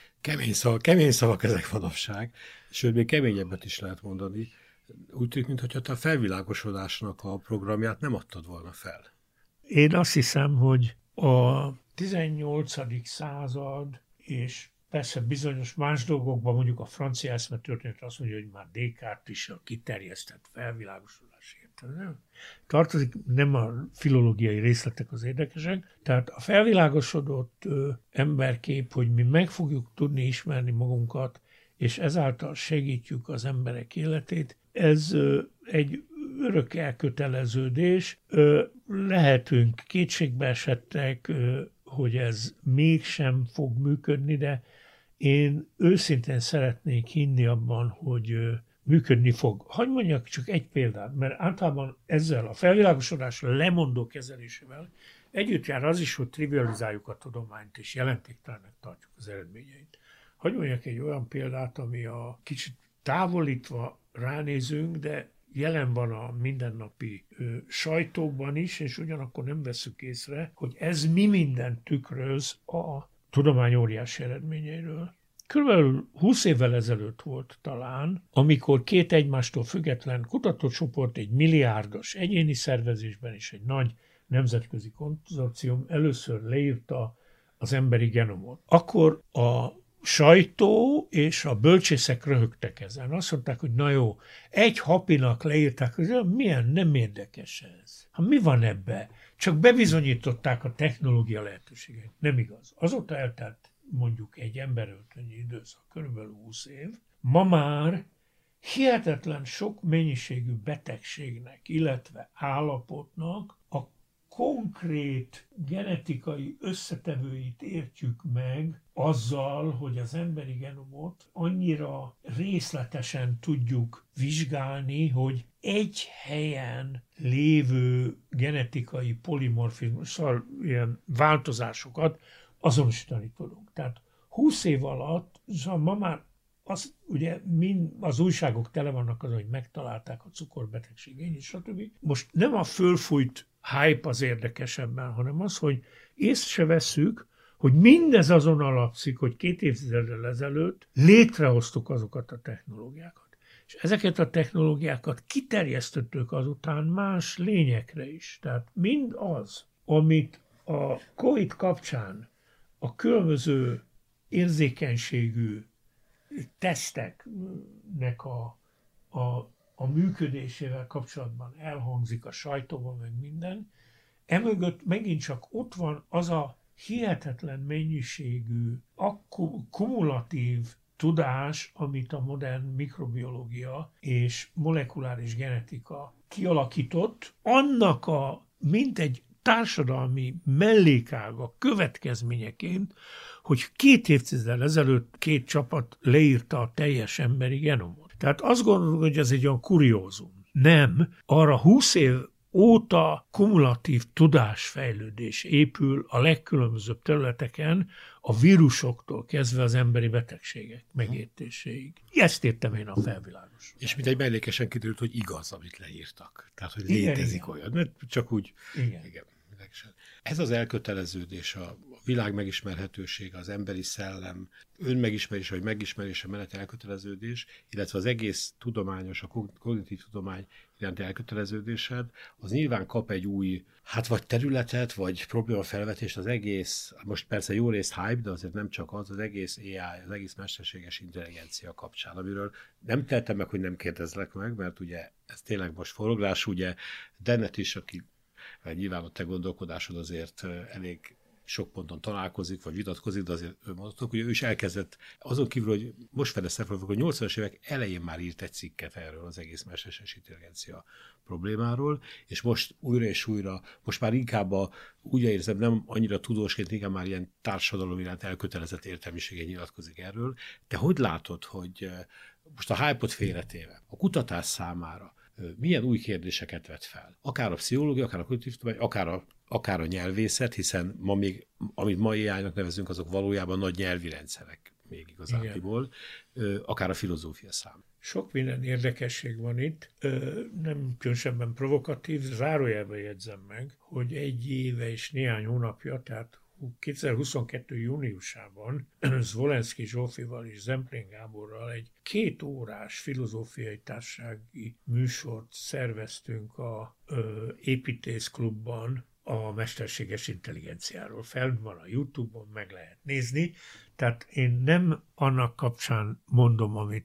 Kemény szavak ezek manapság, sőt, még keményebbet is lehet mondani. Úgy tűnik, mintha te a felvilágosodásnak a programját nem adtad volna fel. Én azt hiszem, hogy a 18. század és Persze bizonyos más dolgokban, mondjuk a francia eszmetörténet azt mondja, hogy már Descartes is a kiterjesztett felvilágosodás értelme. Tartozik, nem a filológiai részletek az érdekesek, tehát a felvilágosodott emberkép, hogy mi meg fogjuk tudni ismerni magunkat, és ezáltal segítjük az emberek életét, ez egy örök elköteleződés. Lehetünk kétségbe esettek, hogy ez mégsem fog működni, de én őszintén szeretnék hinni abban, hogy működni fog. Hadd mondjak csak egy példát, mert általában ezzel a felvilágosodás lemondó kezelésével együtt jár az is, hogy trivializáljuk a tudományt, és jelentéktelennek tartjuk az eredményeit. Hadd mondjak egy olyan példát, ami a kicsit távolítva ránézünk, de jelen van a mindennapi sajtóban is, és ugyanakkor nem veszük észre, hogy ez mi mindent tükröz a tudomány óriási eredményeiről. Körülbelül 20 évvel ezelőtt volt talán, amikor két egymástól független kutatócsoport egy milliárdos egyéni szervezésben és egy nagy nemzetközi konzorcium először leírta az emberi genomot. Akkor a sajtó és a bölcsészek röhögtek ezen. Azt mondták, hogy na jó, egy hapinak leírták, hogy milyen nem érdekes ez. Hát mi van ebbe? Csak bebizonyították a technológia lehetőségeit. Nem igaz. Azóta eltelt mondjuk egy emberöltönyi időszak, körülbelül 20 év. Ma már hihetetlen sok mennyiségű betegségnek, illetve állapotnak a konkrét genetikai összetevőit értjük meg azzal, hogy az emberi genomot annyira részletesen tudjuk vizsgálni, hogy egy helyen lévő genetikai polimorfizmussal ilyen változásokat azonosítani tudunk. Tehát 20 év alatt, ma már ugye az újságok tele vannak azon, hogy megtalálták a cukorbetegség, és stb. Most nem a fölfújt hype az érdekesebben, hanem az, hogy észrevesszük, hogy mindez azon alapszik, hogy 2 évtizeddel ezelőtt létrehoztuk azokat a technológiákat. És ezeket a technológiákat kiterjesztettük azután más lényekre is. Tehát mind az, amit a COVID kapcsán a különböző érzékenységű teszteknek a működésével kapcsolatban elhangzik a sajtóban, meg minden, emögött megint csak ott van az a hihetetlen mennyiségű, kumulatív tudás, amit a modern mikrobiológia és molekuláris genetika kialakított, annak mintegy társadalmi mellékága következményeként, hogy 2 évtizeddel ezelőtt 2 csapat leírta a teljes emberi genomot. Tehát azt gondolom, hogy ez egy olyan kuriózum. Nem, arra 20 év óta kumulatív tudásfejlődés épül a legkülönbözőbb területeken, a vírusoktól kezdve az emberi betegségek megértéséig. Ezt értem én a felvilágos. És mindegy mellékesen kiderült, hogy igaz, amit leírtak. Tehát, hogy létezik olyan. Mert csak úgy... Igen. Ez az elköteleződés, a világ megismerhetősége, az emberi szellem, önmegismerése vagy megismerése mellett elköteleződés, illetve az egész tudományos, a kognitív tudomány iránti elköteleződésed, az nyilván kap egy új, vagy területet, vagy problémafelvetést az egész, most persze jó részt hype, de azért nem csak az egész AI, az egész mesterséges intelligencia kapcsán, amiről nem tettem meg, hogy nem kérdezlek meg, mert ugye ez tényleg most forrogás, ugye Dennett is, aki nyilván a te gondolkodásod azért elég sok ponton találkozik, vagy vitatkozik, de azért mondhatok, hogy ő is elkezdett, azon kívül, hogy most fedezte fel, hogy 80-as évek elején már írt egy cikket erről az egész mesterséges intelligencia problémáról, és most újra és újra, most már inkább úgy érzem, nem annyira tudósként, inkább már ilyen társadalom iránt elkötelezett értelmiségen nyilatkozik erről. De hogy látod, hogy most a hype-ot félretéve, a kutatás számára milyen új kérdéseket vet fel? Akár a pszichológia, akár a kognitív tudomány, akár a nyelvészet, hiszen ma még, amit ma AI-nak nevezünk, azok valójában nagy nyelvi rendszerek még igazából, akár a filozófia szám. Sok minden érdekesség van itt, nem különösebben provokatív, zárójelben jegyzem meg, hogy 1 éve és néhány hónapja, tehát 2022. júniusában Zvolenszky Zsófival és Zemplén Gáborral egy 2 órás filozófiai társasági műsort szerveztünk a Építészklubban a mesterséges intelligenciáról. Fel van a YouTube-on, meg lehet nézni. Tehát én nem annak kapcsán mondom, amit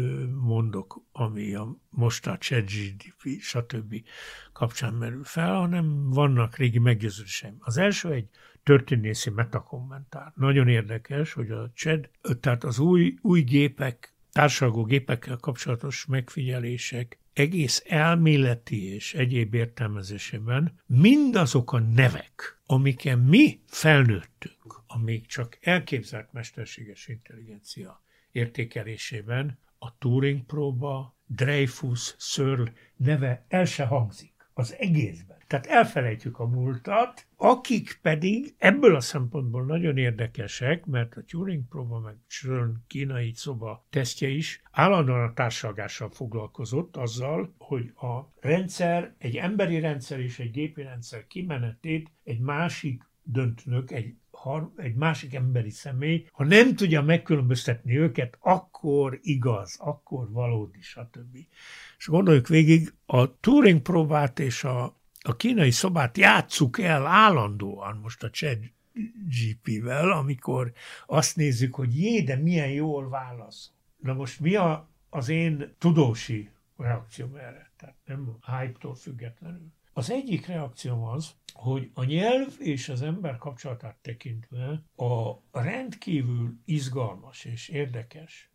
mondok, ami most a ChatGPT, stb. Kapcsán merül fel, hanem vannak régi meggyőződéseim. Az első egy történészi metakommentár. Nagyon érdekes, hogy a chat, tehát az új gépek, társalgó gépekkel kapcsolatos megfigyelések egész elméleti és egyéb értelmezésében mindazok a nevek, amiken mi felnőttünk, amíg csak elképzelt mesterséges intelligencia értékelésében, a Turing próba, Dreyfus, Searle neve el se hangzik az egészben. Tehát elfelejtjük a múltat, akik pedig ebből a szempontból nagyon érdekesek, mert a Turing próba, meg Searle kínai szoba tesztje is állandóan a társalgással foglalkozott azzal, hogy a rendszer, egy emberi rendszer és egy gépi rendszer kimenetét egy másik döntőnök, egy másik emberi személy, ha nem tudja megkülönböztetni őket, akkor igaz, akkor valódi, stb. És gondoljuk végig, a Turing próbát és a kínai szobát játsszuk el állandóan most a ChatGPT-vel, amikor azt nézzük, hogy de milyen jól válasz. Na most mi az én tudósi reakcióm erre? Tehát nem a hype-tól függetlenül. Az egyik reakcióm az, hogy a nyelv és az ember kapcsolatát tekintve a rendkívül izgalmas és érdekes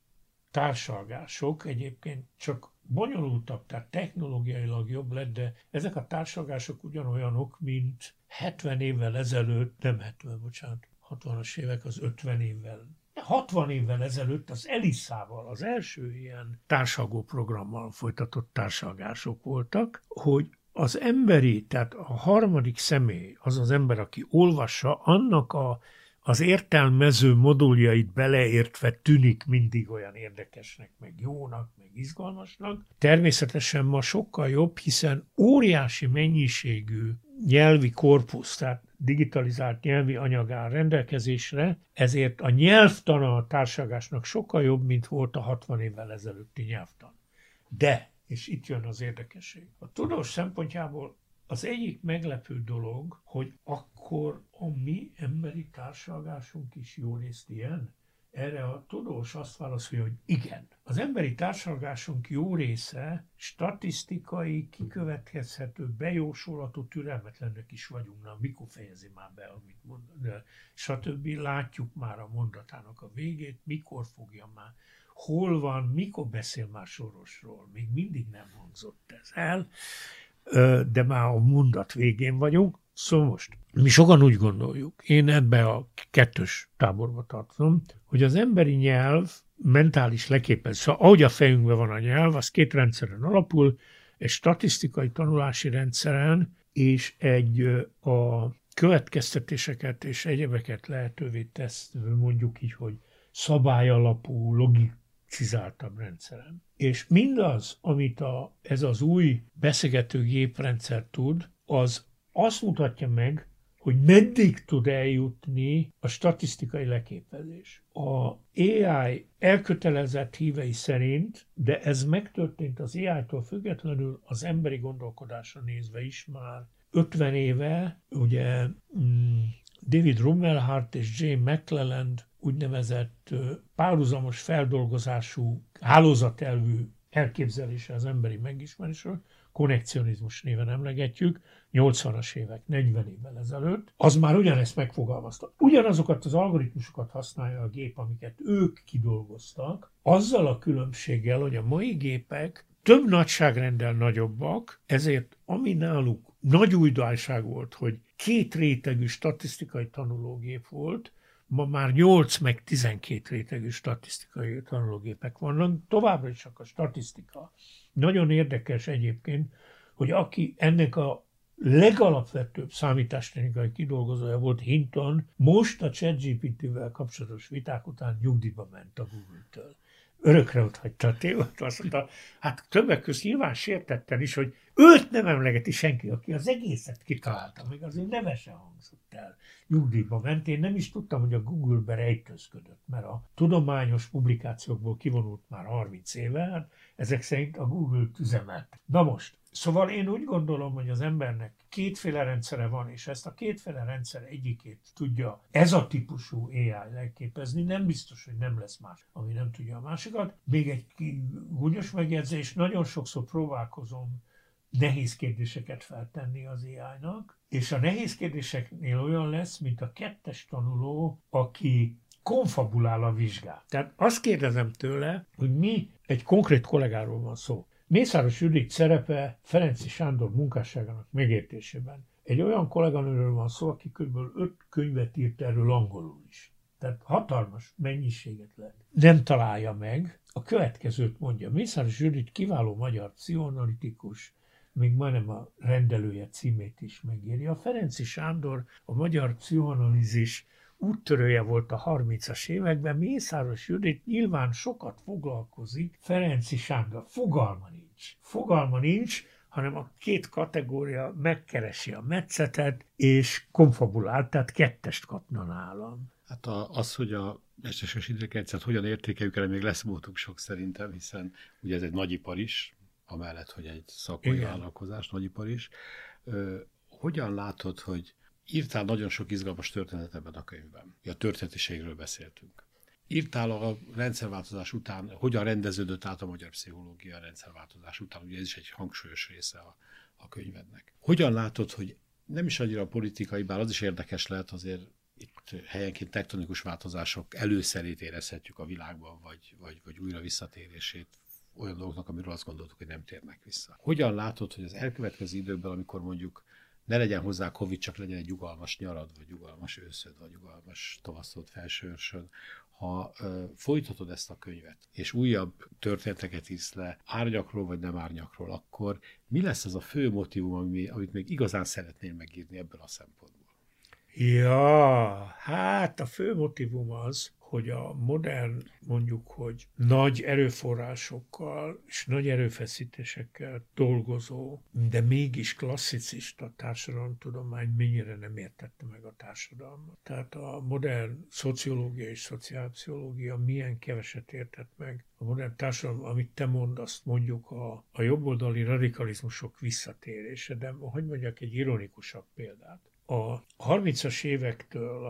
társalgások egyébként csak bonyolultabb, tehát technológiailag jobb lett, de ezek a társalgások ugyanolyanok, mint 70 évvel ezelőtt, nem 70, bocsánat, 60-as évek az 50 évvel. 60 évvel ezelőtt az Elissával, az első ilyen társalgó programmal folytatott társalgások voltak, hogy az emberi, tehát a harmadik személy, az az ember, aki olvassa, annak az értelmező moduljait beleértve tűnik mindig olyan érdekesnek, meg jónak, meg izgalmasnak. Természetesen ma sokkal jobb, hiszen óriási mennyiségű nyelvi korpusz, tehát digitalizált nyelvi anyag áll rendelkezésre, ezért a nyelvtana a társalgásnak sokkal jobb, mint volt a 60 évvel ezelőtti nyelvtan. De, és itt jön az érdekesség, a tudós szempontjából az egyik meglepő dolog, hogy akkor a mi emberi társalgásunk is jó részt ilyen? Erre a tudós azt válaszolja, hogy igen. Az emberi társalgásunk jó része statisztikai, kikövetkezhető, bejósolható, türelmetlennek is vagyunk. Na, mikor fejezi már be, amit mond, stb. Látjuk már a mondatának a végét, mikor fogja már, hol van, mikor beszél már Sorosról. Még mindig nem hangzott ez el, de már a mondat végén vagyunk. Szóval most mi sokan úgy gondoljuk, én ebbe a kettős táborba tartom, hogy az emberi nyelv mentális leképezés, szóval ahogy a fejünkben van a nyelv, az két rendszeren alapul, egy statisztikai tanulási rendszeren, és a következtetéseket és egyebeket lehetővé tesz, mondjuk így, hogy szabályalapú, logicizáltabb rendszeren. És mindaz, amit ez az új beszélgető géprendszer tud, az azt mutatja meg, hogy meddig tud eljutni a statisztikai leképezés. A AI elkötelezett hívei szerint, de ez megtörtént az AI-tól függetlenül az emberi gondolkodásra nézve is már 50 éve, ugye David Rumelhart és Jay McClelland úgynevezett párhuzamos feldolgozású, hálózatelvű elképzelése az emberi megismerésről, konnekcionizmus néven emlegetjük, 80-as évek, 40 évvel ezelőtt, az már ugyanezt megfogalmazta. Ugyanazokat az algoritmusokat használja a gép, amiket ők kidolgoztak, azzal a különbséggel, hogy a mai gépek több nagyságrenddel nagyobbak, ezért ami náluk nagy újdonság volt, hogy 2 rétegű statisztikai tanulógép volt, ma már 8 meg 12 rétegű statisztikai tanulógépek vannak, továbbra is csak a statisztika. Nagyon érdekes egyébként, hogy aki ennek a legalapvetőbb számítástechnikai kidolgozója volt, Hinton, most a ChatGPT-vel kapcsolatos viták után nyugdíjba ment a Google-től. Örökre ott hagyta a témát, azt mondta, hát többek között nyilván sértetten is, hogy Őt nem emlegeti senki, aki az egészet kitalálta, még azért neve se hangzott el. Nyugdíjba ment, én nem is tudtam, hogy a Google-be rejtőzködött, mert a tudományos publikációkból kivonult már 30 éve, hát ezek szerint a Google-t üzemelt. Na most, szóval én úgy gondolom, hogy az embernek kétféle rendszere van, és ezt a kétféle rendszer egyikét tudja ez a típusú AI leképezni, nem biztos, hogy nem lesz más, ami nem tudja a másikat. Még egy gúnyos megjegyzés, nagyon sokszor próbálkozom nehéz kérdéseket feltenni az AI-nak, és a nehéz kérdéseknél olyan lesz, mint a 2-es tanuló, aki konfabulál a vizsgát. Tehát azt kérdezem tőle, hogy mi, egy konkrét kollégáról van szó. Mészáros Judit szerepe Ferenczy Sándor munkásságának megértésében. Egy olyan kolléganőről van szó, aki kb. 5 könyvet írt erről angolul is. Tehát hatalmas mennyiséget lehet. Nem találja meg. A következőt mondja. Mészáros Judit kiváló magyar pszichoanalitikus, még majdnem a rendelője címét is megírja. Ferenczy Sándor a magyar pszichoanalízis úttörője volt a 30-as években, Mészáros Judit nyilván sokat foglalkozik Ferenczy Sándor. Fogalma nincs, hanem a két kategória megkeresi a metszetet, és konfabulál, tehát 2-est kapna nálam. Hát az, hogy a mesterséges intelligenciát hogyan értékeljük, erre még lesz módunk sok szerintem, hiszen ugye ez egy nagyipar is, amellett, hogy egy szakmai vállalkozás, nagyipar is. Hogyan látod, hogy írtál nagyon sok izgalmas történet ebben a könyvben? A történetiségről beszéltünk. Írtál a rendszerváltozás után, hogyan rendeződött át a magyar pszichológia a rendszerváltozás után, ugye ez is egy hangsúlyos része a könyvednek. Hogyan látod, hogy nem is annyira politikai, bár az is érdekes lehet, azért itt helyenként tektonikus változások előszerét érezhetjük a világban, vagy újra visszatérését olyan dolgoknak, amiről azt gondoltuk, hogy nem térnek vissza. Hogyan látod, hogy az elkövetkező időkben, amikor mondjuk ne legyen hozzá Covid, csak legyen egy nyugalmas nyarad, vagy nyugalmas őszöd, vagy nyugalmas tavaszod, felsőörsön, ha folytatod ezt a könyvet, és újabb történeteket írsz le, árnyakról vagy nem árnyakról, akkor mi lesz az a fő motívum, amit még igazán szeretnél megírni ebből a szempontból? Ja, hát a fő motívum az, hogy a modern, mondjuk, hogy nagy erőforrásokkal és nagy erőfeszítésekkel dolgozó, de mégis klasszicista társadalomtudomány mennyire nem értette meg a társadalmat. Tehát a modern szociológia és szociálpszichológia milyen keveset értett meg. A modern társadalom, amit te mondasz, mondjuk a jobboldali radikalizmusok visszatérése, de hogy mondjak egy ironikusabb példát. A 30-as évektől,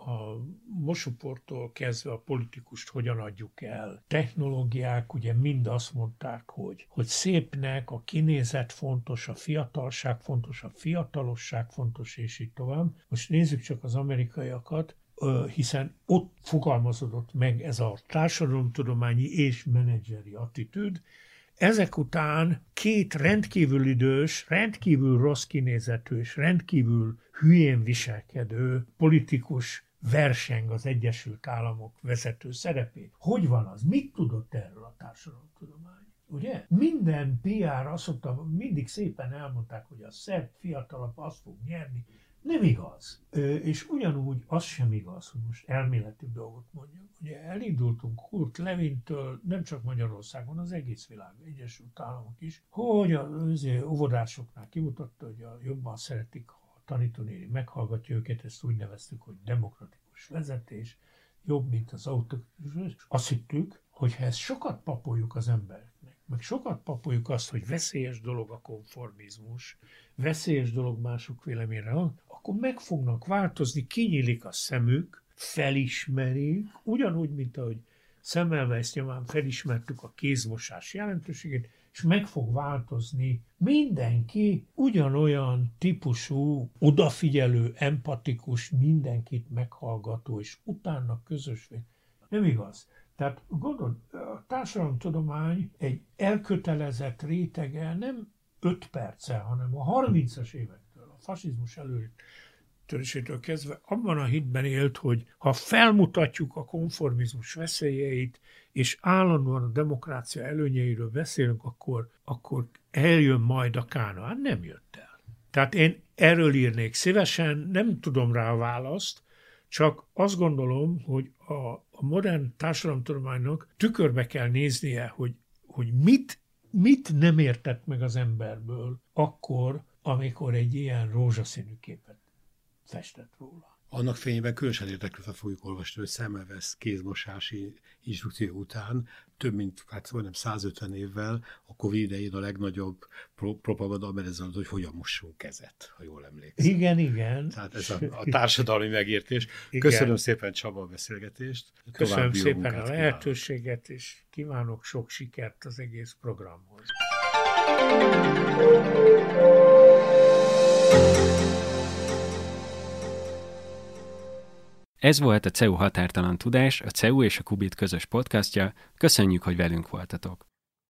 a Mosóporttól kezdve a politikust hogyan adjuk el. Technológiák ugye mind azt mondták, hogy szépnek, a kinézet fontos, a fiatalság fontos, a fiatalosság fontos, és így tovább. Most nézzük csak az amerikaiakat, hiszen ott fogalmazódott meg ez a társadalomtudományi és menedzseri attitűd. Ezek után 2 rendkívül idős, rendkívül rossz kinézetű és rendkívül hülyén viselkedő politikus verseng az Egyesült Államok vezető szerepét. Hogy van az? Mit tudott erről a társadalomtudomány? Ugye? Minden PR azt mondta, mindig szépen elmondták, hogy a szebb, fiatalabb az fog nyerni. Nem igaz. És ugyanúgy az sem igaz, hogy most elméleti dolgot mondjak. Ugye elindultunk Kurt Lewintől, nem csak Magyarországon, az egész világ, Egyesült Államok is, hogy az óvodásoknál kimutatta, hogy jobban szeretik, ha a tanítónéni meghallgatja őket, ezt úgy neveztük, hogy demokratikus vezetés, jobb, mint az autokratikus. Azt hittük, hogy ha ezt sokat papoljuk az embereknek, meg sokat papoljuk azt, hogy veszélyes dolog a konformizmus, veszélyes dolog mások véleményre, akkor meg fognak változni, kinyílik a szemük, felismerik, ugyanúgy, mint ahogy Semmelweis nyomán felismertük a kézmosás jelentőségét, és meg fog változni mindenki ugyanolyan típusú, odafigyelő, empatikus, mindenkit meghallgató, és utána közös. Nem igaz. Tehát gondold, a társadalomtudomány egy elkötelezett rétege nem 5 perccel, hanem a 30-as évektől, a fasizmus előtörésétől kezdve abban a hitben élt, hogy ha felmutatjuk a konformizmus veszélyeit, és állandóan a demokrácia előnyeiről beszélünk, akkor eljön majd a Kánaán. Nem jött el. Tehát én erről írnék szívesen, nem tudom rá a választ, csak azt gondolom, hogy a modern társadalomtudománynak tükörbe kell néznie, hogy mit mit nem értett meg az emberből akkor, amikor egy ilyen rózsaszínű képet festett róla. Annak fényében különösen érdeklődve fogjuk olvasni, hogy Semmelweis kézmosási instrukció után több mint majdnem 150 évvel a Covid idején a legnagyobb propaganda ez az, hogy hogyan mossunk kezet, ha jól emlékszem. Igen. Tehát ez a társadalmi megértés. Igen. Köszönöm szépen, Csaba, a beszélgetést. Köszönöm szépen a lehetőséget, és kívánok sok sikert az egész programhoz. Ez volt a CEU Határtalan Tudás, a CEU és a Kubit közös podcastja. Köszönjük, hogy velünk voltatok!